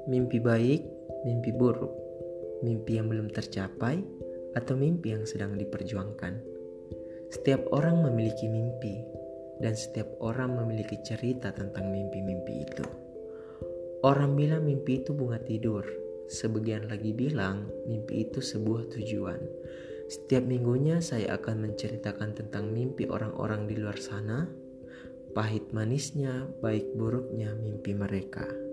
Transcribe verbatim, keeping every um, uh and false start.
Mimpi baik, mimpi buruk, mimpi yang belum tercapai, atau mimpi yang sedang diperjuangkan. Setiap orang memiliki mimpi, dan setiap orang memiliki cerita tentang mimpi-mimpi itu. Orang bilang mimpi itu bunga tidur, sebagian lagi bilang mimpi itu sebuah tujuan. Setiap minggunya saya akan menceritakan tentang mimpi orang-orang di luar sana, pahit manisnya, baik buruknya mimpi mereka.